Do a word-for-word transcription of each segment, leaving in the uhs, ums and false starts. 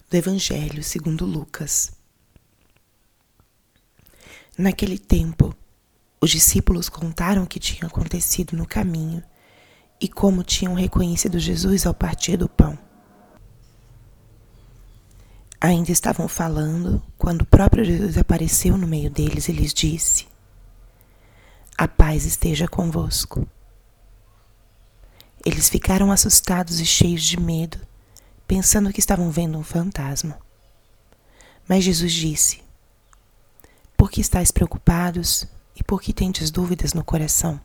do Evangelho segundo Lucas. Naquele tempo, os discípulos contaram o que tinha acontecido no caminho e como tinham reconhecido Jesus ao partir do pão. Ainda estavam falando quando o próprio Jesus apareceu no meio deles e lhes disse: "A paz esteja convosco." Eles ficaram assustados e cheios de medo, pensando que estavam vendo um fantasma. Mas Jesus disse: "Por que estáis preocupados e por que tendes dúvidas no coração?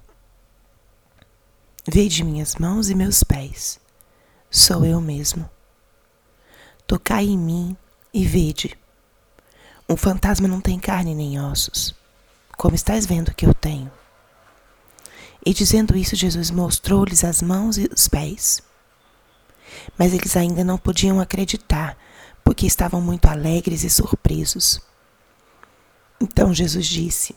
Vede minhas mãos e meus pés. Sou eu mesmo. Tocai em mim e vede. Um fantasma não tem carne nem ossos, como estáis vendo que eu tenho." E dizendo isso, Jesus mostrou-lhes as mãos e os pés. Mas eles ainda não podiam acreditar, porque estavam muito alegres e surpresos. Então Jesus disse: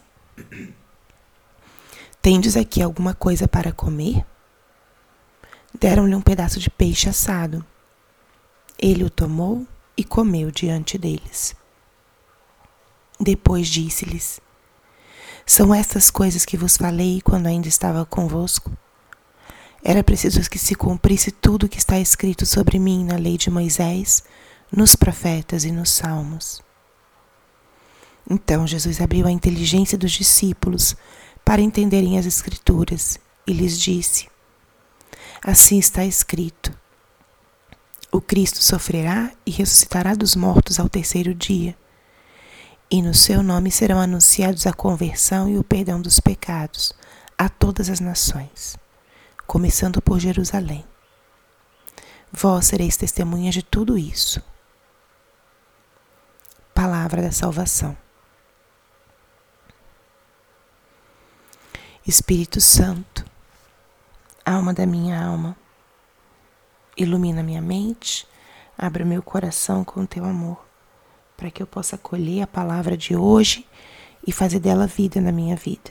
"Tendes aqui alguma coisa para comer?" Deram-lhe um pedaço de peixe assado. Ele o tomou e comeu diante deles. Depois disse-lhes: "São estas coisas que vos falei quando ainda estava convosco? Era preciso que se cumprisse tudo o que está escrito sobre mim na lei de Moisés, nos profetas e nos salmos." Então Jesus abriu a inteligência dos discípulos para entenderem as Escrituras e lhes disse: "Assim está escrito: o Cristo sofrerá e ressuscitará dos mortos ao terceiro dia, e no seu nome serão anunciados a conversão e o perdão dos pecados a todas as nações, começando por Jerusalém. Vós sereis testemunhas de tudo isso." Palavra da salvação. Espírito Santo, alma da minha alma, ilumina minha mente, abra meu coração com teu amor, para que eu possa acolher a palavra de hoje e fazer dela vida na minha vida.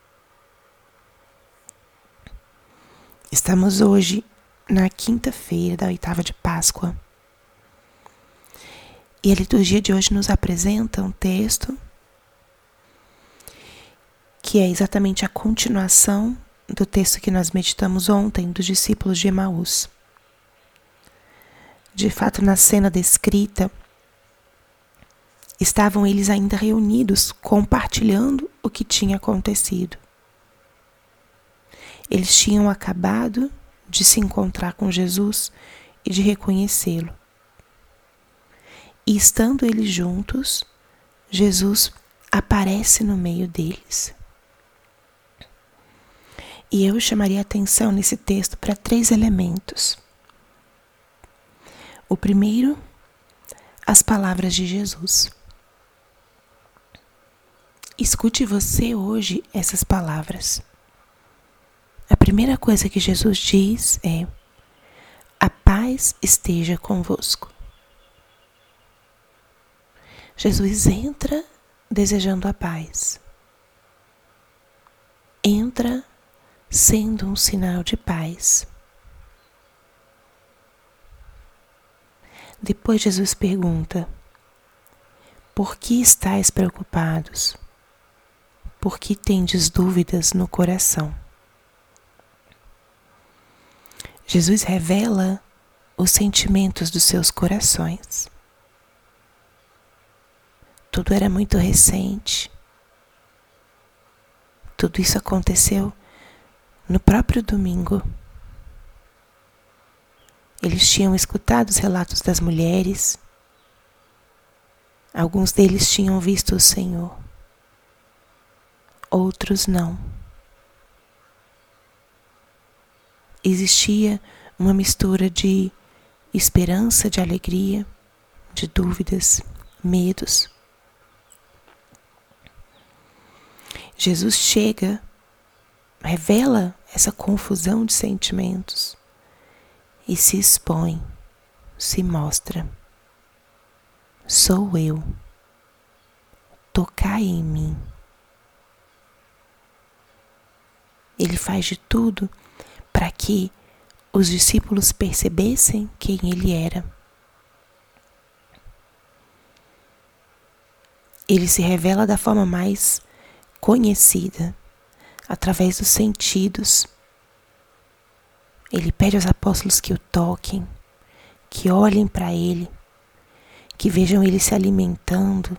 Estamos hoje na quinta-feira da oitava de Páscoa. E a liturgia de hoje nos apresenta um texto que é exatamente a continuação do texto que nós meditamos ontem, dos discípulos de Emaús. De fato, na cena descrita, estavam eles ainda reunidos, compartilhando o que tinha acontecido. Eles tinham acabado de se encontrar com Jesus e de reconhecê-lo. E estando eles juntos, Jesus aparece no meio deles. E eu chamaria a atenção nesse texto para três elementos. O primeiro, as palavras de Jesus. Escute você hoje essas palavras. A primeira coisa que Jesus diz é: "A paz esteja convosco." Jesus entra desejando a paz. Entra sendo um sinal de paz. Depois Jesus pergunta: "Por que estáis preocupados? Por que tendes dúvidas no coração?" Jesus revela os sentimentos dos seus corações. Tudo era muito recente. Tudo isso aconteceu no próprio domingo. Eles tinham escutado os relatos das mulheres. Alguns deles tinham visto o Senhor. Outros não. Existia uma mistura de esperança, de alegria, de dúvidas, medos. Jesus chega, revela essa confusão de sentimentos e se expõe, se mostra. Sou eu. Tocai em mim. Ele faz de tudo para que os discípulos percebessem quem ele era. Ele se revela da forma mais conhecida, através dos sentidos. Ele pede aos apóstolos que o toquem, que olhem para ele, que vejam ele se alimentando.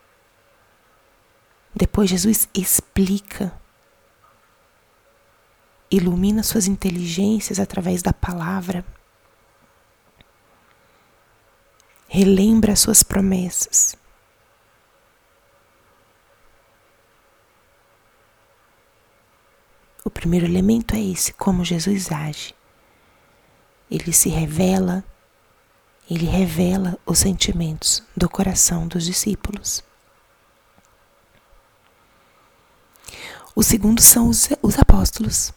Depois Jesus explica, ilumina suas inteligências através da palavra, relembra suas promessas. O primeiro elemento é esse, como Jesus age. Ele se revela, ele revela os sentimentos do coração dos discípulos. O segundo são os, os apóstolos.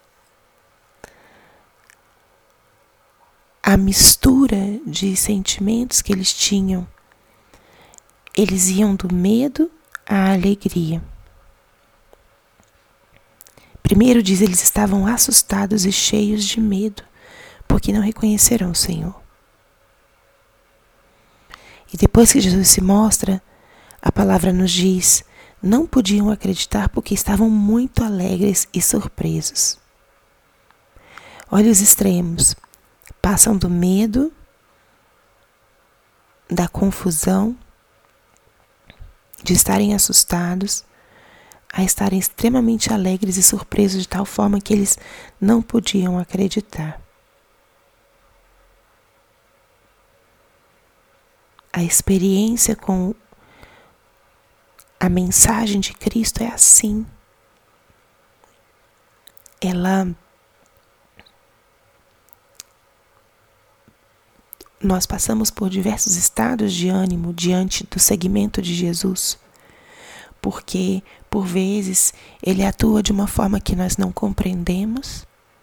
A mistura de sentimentos que eles tinham, eles iam do medo à alegria. Primeiro diz, eles estavam assustados e cheios de medo, porque não reconheceram o Senhor. E depois que Jesus se mostra, a palavra nos diz, não podiam acreditar porque estavam muito alegres e surpresos. Olha os extremos. Passam do medo, da confusão, de estarem assustados, a estarem extremamente alegres e surpresos de tal forma que eles não podiam acreditar. A experiência com a mensagem de Cristo é assim. Ela Nós passamos por diversos estados de ânimo diante do seguimento de Jesus, porque, por vezes, ele atua de uma forma que nós não compreendemos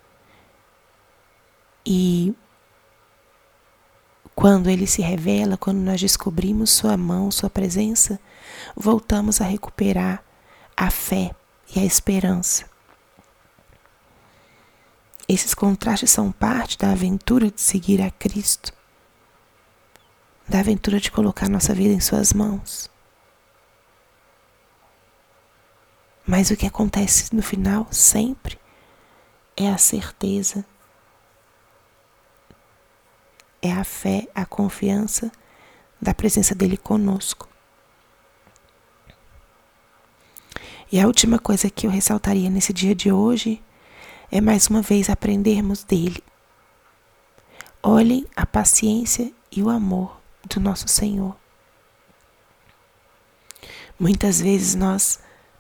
e quando ele se revela, quando nós descobrimos sua mão, sua presença, voltamos a recuperar a fé e a esperança. Esses contrastes são parte da aventura de seguir a Cristo, da aventura de colocar nossa vida em suas mãos. Mas o que acontece no final, sempre, é a certeza, é a fé, a confiança da presença dele conosco. E a última coisa que eu ressaltaria nesse dia de hoje é mais uma vez aprendermos dele. Olhem a paciência e o amor do nosso Senhor. Muitas vezes nós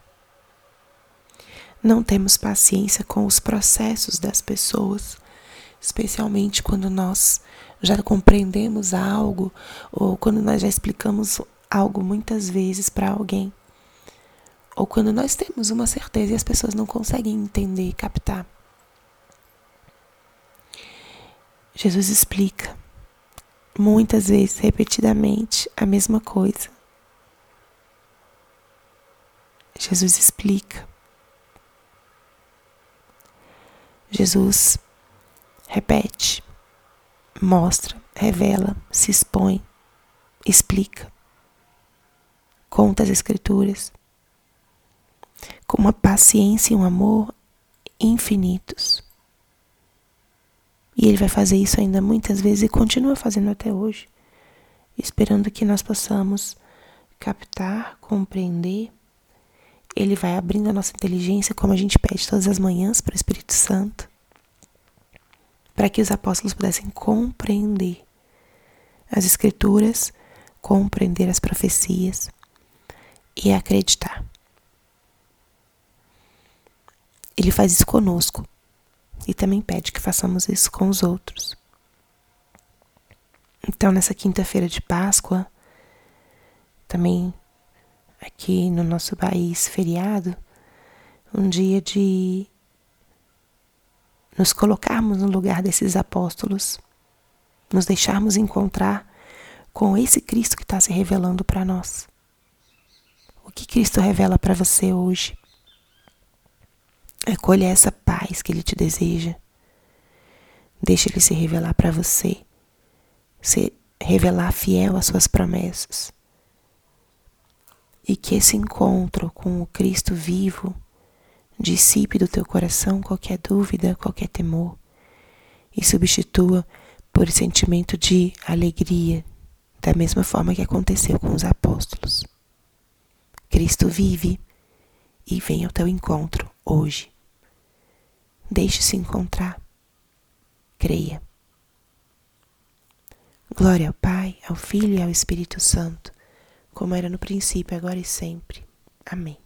não temos paciência com os processos das pessoas, especialmente quando nós já compreendemos algo ou quando nós já explicamos algo muitas vezes para alguém. Ou quando nós temos uma certeza e as pessoas não conseguem entender e captar. Jesus explica muitas vezes, repetidamente, a mesma coisa. Jesus explica. Jesus repete, mostra, revela, se expõe, explica, conta as Escrituras com uma paciência e um amor infinitos. E ele vai fazer isso ainda muitas vezes e continua fazendo até hoje, esperando que nós possamos captar, compreender. Ele vai abrindo a nossa inteligência, como a gente pede todas as manhãs para o Espírito Santo, para que os apóstolos pudessem compreender as Escrituras, compreender as profecias e acreditar. Ele faz isso conosco e também pede que façamos isso com os outros. Então, nessa quinta-feira de Páscoa, também aqui no nosso país, feriado, um dia de nos colocarmos no lugar desses apóstolos, nos deixarmos encontrar com esse Cristo que está se revelando para nós. O que Cristo revela para você hoje? Acolha essa paz que Ele te deseja. Deixa Ele se revelar para você, se revelar fiel às suas promessas. e que esse encontro com o Cristo vivo dissipe do teu coração qualquer dúvida, qualquer temor e substitua por sentimento de alegria, da mesma forma que aconteceu com os apóstolos. Cristo vive e vem ao teu encontro hoje. Deixe-se encontrar. Creia. Glória ao Pai, ao Filho e ao Espírito Santo, como era no princípio, agora e sempre. Amém.